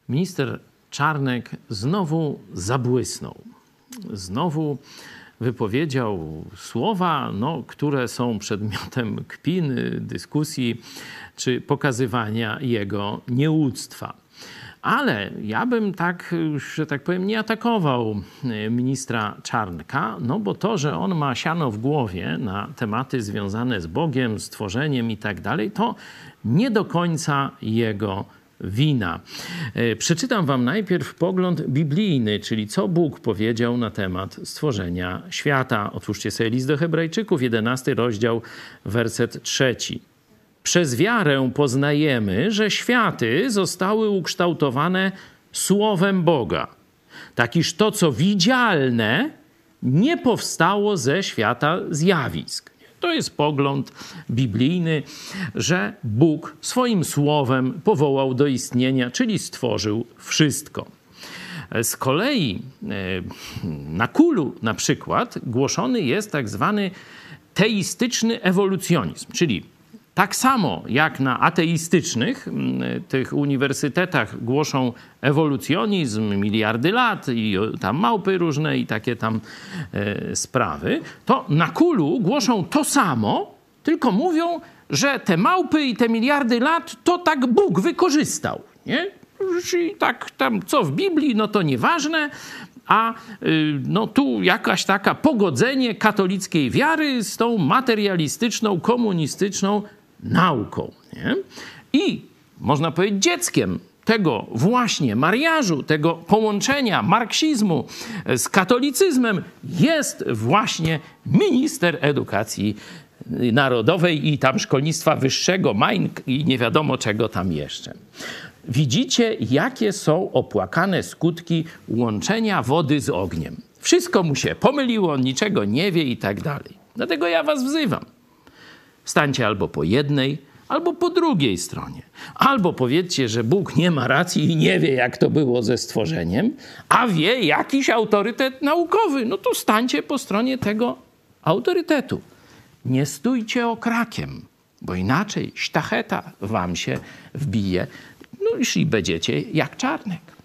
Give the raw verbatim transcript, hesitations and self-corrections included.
minister Czarnek znowu zabłysnął. Znowu wypowiedział słowa, no, które są przedmiotem kpiny, dyskusji czy pokazywania jego nieuctwa. Ale ja bym tak, że tak powiem, nie atakował ministra Czarnka, no bo to, że on ma siano w głowie na tematy związane z Bogiem, z tworzeniem i tak dalej, to nie do końca jego wina. Przeczytam wam najpierw pogląd biblijny, czyli co Bóg powiedział na temat stworzenia świata. Otwórzcie sobie list do Hebrajczyków, jedenasty rozdział, werset trzeci. Przez wiarę poznajemy, że światy zostały ukształtowane słowem Boga. Tak iż to, co widzialne, nie powstało ze świata zjawisk. To jest pogląd biblijny, że Bóg swoim słowem powołał do istnienia, czyli stworzył wszystko. Z kolei na Kulu na przykład głoszony jest tak zwany teistyczny ewolucjonizm, czyli tak samo jak na ateistycznych tych uniwersytetach głoszą ewolucjonizm, miliardy lat i tam małpy różne i takie tam e, sprawy, to na Kulu głoszą to samo, tylko mówią, że te małpy i te miliardy lat to tak Bóg wykorzystał, nie? Czyli tak tam co w Biblii, no to nieważne, a y, no tu jakaś taka pogodzenie katolickiej wiary z tą materialistyczną, komunistyczną nauką. Nie? I można powiedzieć dzieckiem tego właśnie mariażu, tego połączenia marksizmu z katolicyzmem jest właśnie minister edukacji narodowej i tam szkolnictwa wyższego, Main i nie wiadomo czego tam jeszcze. Widzicie, jakie są opłakane skutki łączenia wody z ogniem. Wszystko mu się pomyliło, on niczego nie wie i tak dalej. Dlatego ja was wzywam. Stańcie albo po jednej, albo po drugiej stronie. Albo powiedzcie, że Bóg nie ma racji i nie wie, jak to było ze stworzeniem, a wie jakiś autorytet naukowy. No to stańcie po stronie tego autorytetu. Nie stójcie okrakiem, bo inaczej sztacheta wam się wbije, no i będziecie jak Czarnek.